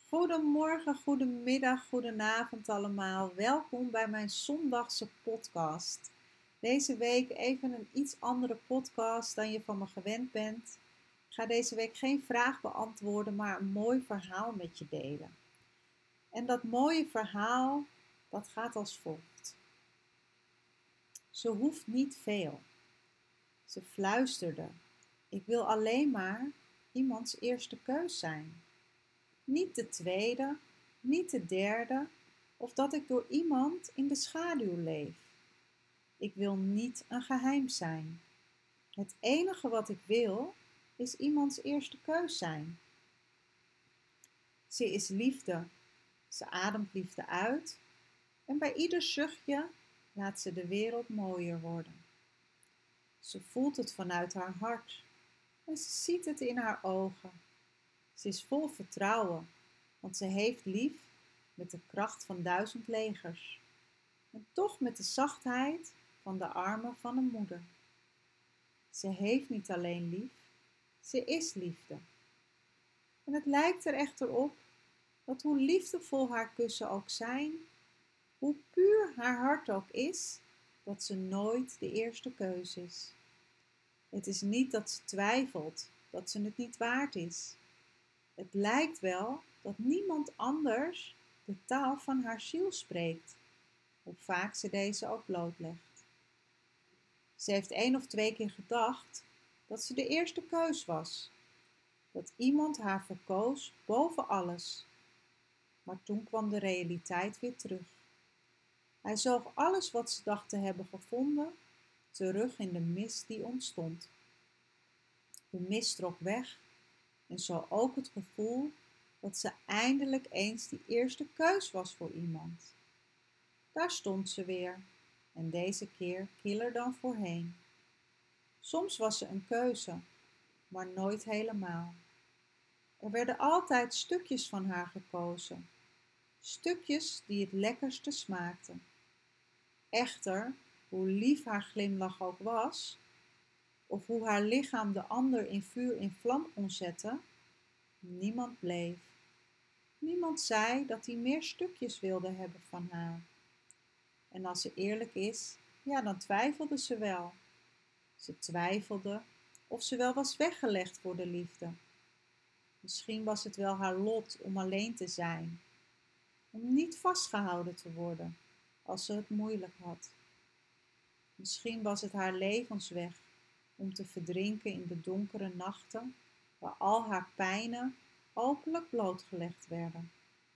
Goedemorgen, goedemiddag, goedenavond allemaal. Welkom bij mijn zondagse podcast. Deze week even een iets andere podcast dan je van me gewend bent. Ik ga deze week geen vraag beantwoorden, maar een mooi verhaal met je delen. En dat mooie verhaal, dat gaat als volgt. Ze hoeft niet veel. Ze fluisterde. Ik wil alleen maar iemands eerste keus zijn. Niet de tweede, niet de derde, of dat ik door iemand in de schaduw leef. Ik wil niet een geheim zijn. Het enige wat ik wil, is iemands eerste keus zijn. Ze is liefde. Ze ademt liefde uit en bij ieder zuchtje laat ze de wereld mooier worden. Ze voelt het vanuit haar hart en ze ziet het in haar ogen. Ze is vol vertrouwen, want ze heeft lief met de kracht van 1000 legers. En toch met de zachtheid van de armen van een moeder. Ze heeft niet alleen lief, ze is liefde. En het lijkt er echter op dat hoe liefdevol haar kussen ook zijn, hoe puur haar hart ook is, dat ze nooit de eerste keus is. Het is niet dat ze twijfelt, dat ze het niet waard is. Het lijkt wel dat niemand anders de taal van haar ziel spreekt, hoe vaak ze deze ook blootlegt. Ze heeft 1 of 2 keer gedacht dat ze de eerste keus was, dat iemand haar verkoos boven alles. Maar toen kwam de realiteit weer terug. Hij zoog alles wat ze dacht te hebben gevonden terug in de mist die ontstond. De mist trok weg en zo ook het gevoel dat ze eindelijk eens die eerste keus was voor iemand. Daar stond ze weer, en deze keer killer dan voorheen. Soms was ze een keuze, maar nooit helemaal. Er werden altijd stukjes van haar gekozen, stukjes die het lekkerste smaakten. Echter, hoe lief haar glimlach ook was, of hoe haar lichaam de ander in vuur in vlam kon zetten, niemand bleef. Niemand zei dat hij meer stukjes wilde hebben van haar. En als ze eerlijk is, ja, dan twijfelde ze wel. Ze twijfelde of ze wel was weggelegd voor de liefde. Misschien was het wel haar lot om alleen te zijn, om niet vastgehouden te worden als ze het moeilijk had. Misschien was het haar levensweg om te verdrinken in de donkere nachten waar al haar pijnen openlijk blootgelegd werden.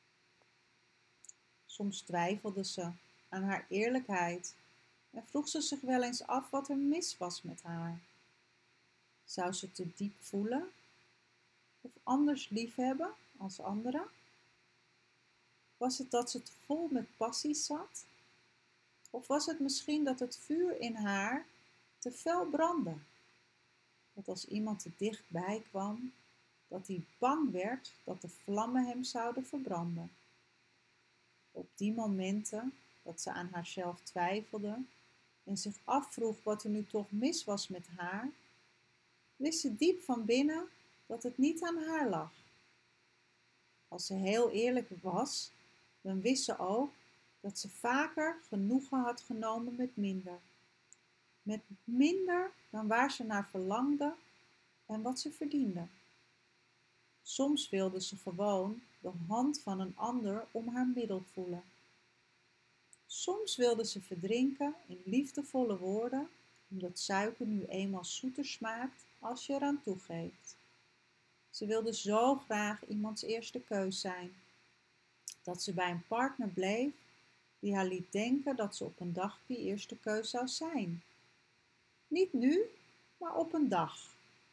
Soms twijfelde ze aan haar eerlijkheid en vroeg ze zich wel eens af wat er mis was met haar. Zou ze te diep voelen of anders liefhebben als anderen? Was het dat ze te vol met passie zat? Of was het misschien dat het vuur in haar te fel brandde? Dat als iemand te dichtbij kwam, dat hij bang werd dat de vlammen hem zouden verbranden. Op die momenten dat ze aan haarzelf twijfelde en zich afvroeg wat er nu toch mis was met haar, wist ze diep van binnen dat het niet aan haar lag. Als ze heel eerlijk was, dan wist ze ook dat ze vaker genoegen had genomen met minder. Met minder dan waar ze naar verlangde en wat ze verdiende. Soms wilde ze gewoon de hand van een ander om haar middel voelen. Soms wilde ze verdrinken in liefdevolle woorden, omdat suiker nu eenmaal zoeter smaakt als je eraan toegeeft. Ze wilde zo graag iemands eerste keus zijn, dat ze bij een partner bleef die haar liet denken dat ze op een dag die eerste keus zou zijn. Niet nu, maar op een dag.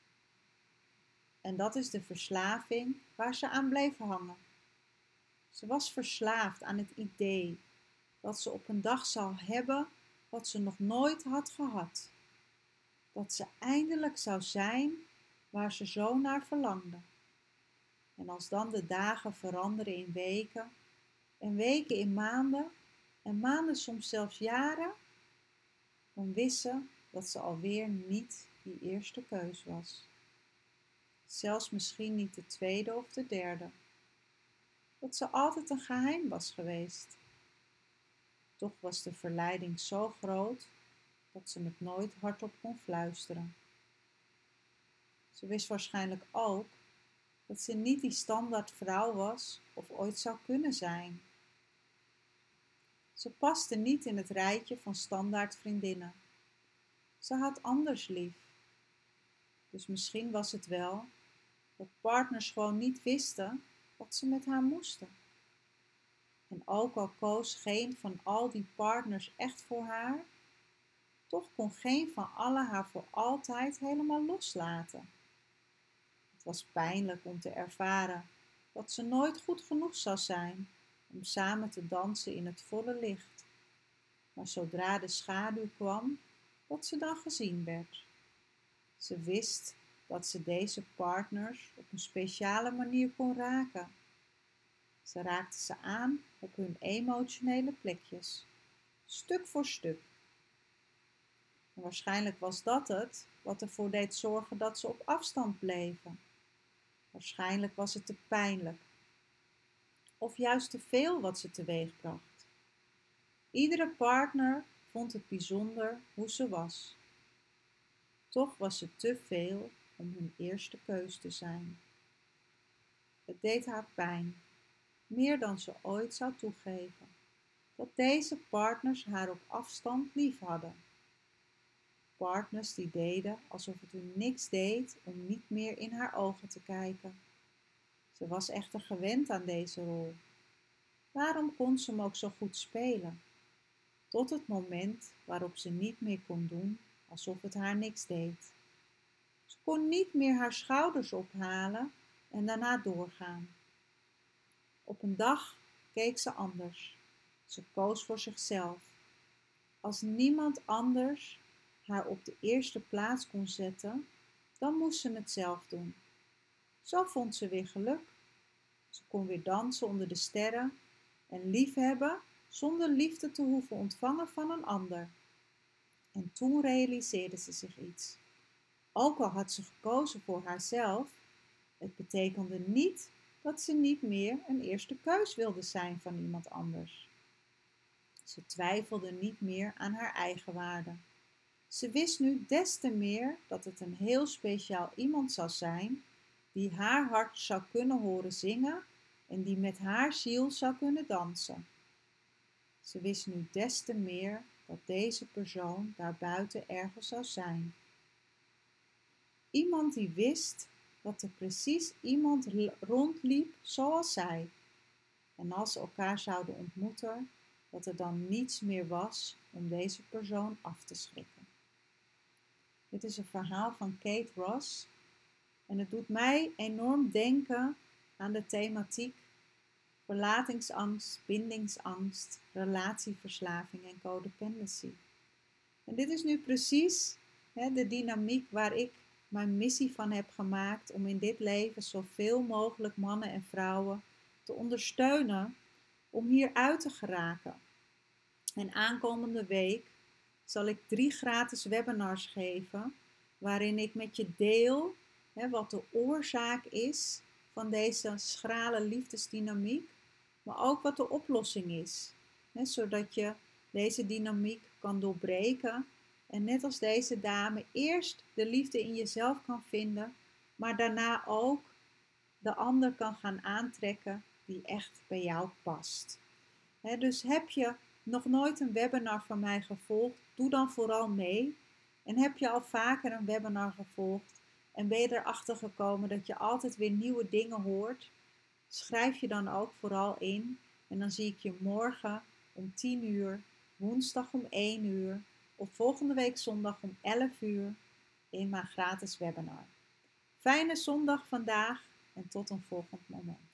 En dat is de verslaving waar ze aan bleef hangen. Ze was verslaafd aan het idee dat ze op een dag zou hebben wat ze nog nooit had gehad. Dat ze eindelijk zou zijn waar ze zo naar verlangde. En als dan de dagen veranderen in weken, en weken in maanden, en maanden soms zelfs jaren, dan wist ze dat ze alweer niet die eerste keus was. Zelfs misschien niet de tweede of de derde. dat ze altijd een geheim was geweest. Toch was de verleiding zo groot dat ze het nooit hardop kon fluisteren. Ze wist waarschijnlijk ook dat ze niet die standaard vrouw was of ooit zou kunnen zijn. Ze paste niet in het rijtje van standaard vriendinnen. Ze had anders lief. Dus misschien was het wel dat partners gewoon niet wisten wat ze met haar moesten. En ook al koos geen van al die partners echt voor haar, toch kon geen van allen haar voor altijd helemaal loslaten. Het was pijnlijk om te ervaren dat ze nooit goed genoeg zou zijn om samen te dansen in het volle licht. Maar zodra de schaduw kwam, dat ze dan gezien werd. Ze wist dat ze deze partners op een speciale manier kon raken. Ze raakte ze aan op hun emotionele plekjes, stuk voor stuk. En waarschijnlijk was dat het wat ervoor deed zorgen dat ze op afstand bleven. Waarschijnlijk was het te pijnlijk. Of juist te veel wat ze teweegbracht. Iedere partner vond het bijzonder hoe ze was. Toch was ze te veel om hun eerste keus te zijn. Het deed haar pijn, meer dan ze ooit zou toegeven, dat deze partners haar op afstand lief hadden. Partners die deden alsof het hun niks deed om niet meer in haar ogen te kijken. Ze was echter gewend aan deze rol. Daarom kon ze hem ook zo goed spelen, tot het moment waarop ze niet meer kon doen alsof het haar niks deed. Ze kon niet meer haar schouders ophalen en daarna doorgaan. Op een dag keek ze anders. Ze koos voor zichzelf. Als niemand anders haar op de eerste plaats kon zetten, dan moest ze het zelf doen. Zo vond ze weer geluk. Ze kon weer dansen onder de sterren en liefhebben zonder liefde te hoeven ontvangen van een ander. En toen realiseerde ze zich iets. Ook al had ze gekozen voor haarzelf, het betekende niet dat ze niet meer een eerste keus wilde zijn van iemand anders. Ze twijfelde niet meer aan haar eigen waarde. Ze wist nu des te meer dat het een heel speciaal iemand zou zijn die haar hart zou kunnen horen zingen en die met haar ziel zou kunnen dansen. Ze wist nu des te meer dat deze persoon daarbuiten ergens zou zijn. Iemand die wist dat er precies iemand rondliep zoals zij. En als ze elkaar zouden ontmoeten, dat er dan niets meer was om deze persoon af te schrikken. Dit is een verhaal van Kate Ross en het doet mij enorm denken aan de thematiek verlatingsangst, bindingsangst, relatieverslaving en codependency. En dit is nu precies de dynamiek waar ik mijn missie van heb gemaakt om in dit leven zoveel mogelijk mannen en vrouwen te ondersteunen om hieruit te geraken. En aankomende week zal ik 3 gratis webinars geven waarin ik met je deel wat de oorzaak is van deze schrale liefdesdynamiek, maar ook wat de oplossing is. Zodat je deze dynamiek kan doorbreken en net als deze dame eerst de liefde in jezelf kan vinden, maar daarna ook de ander kan gaan aantrekken die echt bij jou past. Dus heb je nog nooit een webinar van mij gevolgd, doe dan vooral mee. En heb je al vaker een webinar gevolgd en ben je erachter gekomen dat je altijd weer nieuwe dingen hoort, schrijf je dan ook vooral in. En dan zie ik je morgen om 10 uur, woensdag om 1 uur of volgende week zondag om 11 uur in mijn gratis webinar. Fijne zondag vandaag en tot een volgend moment.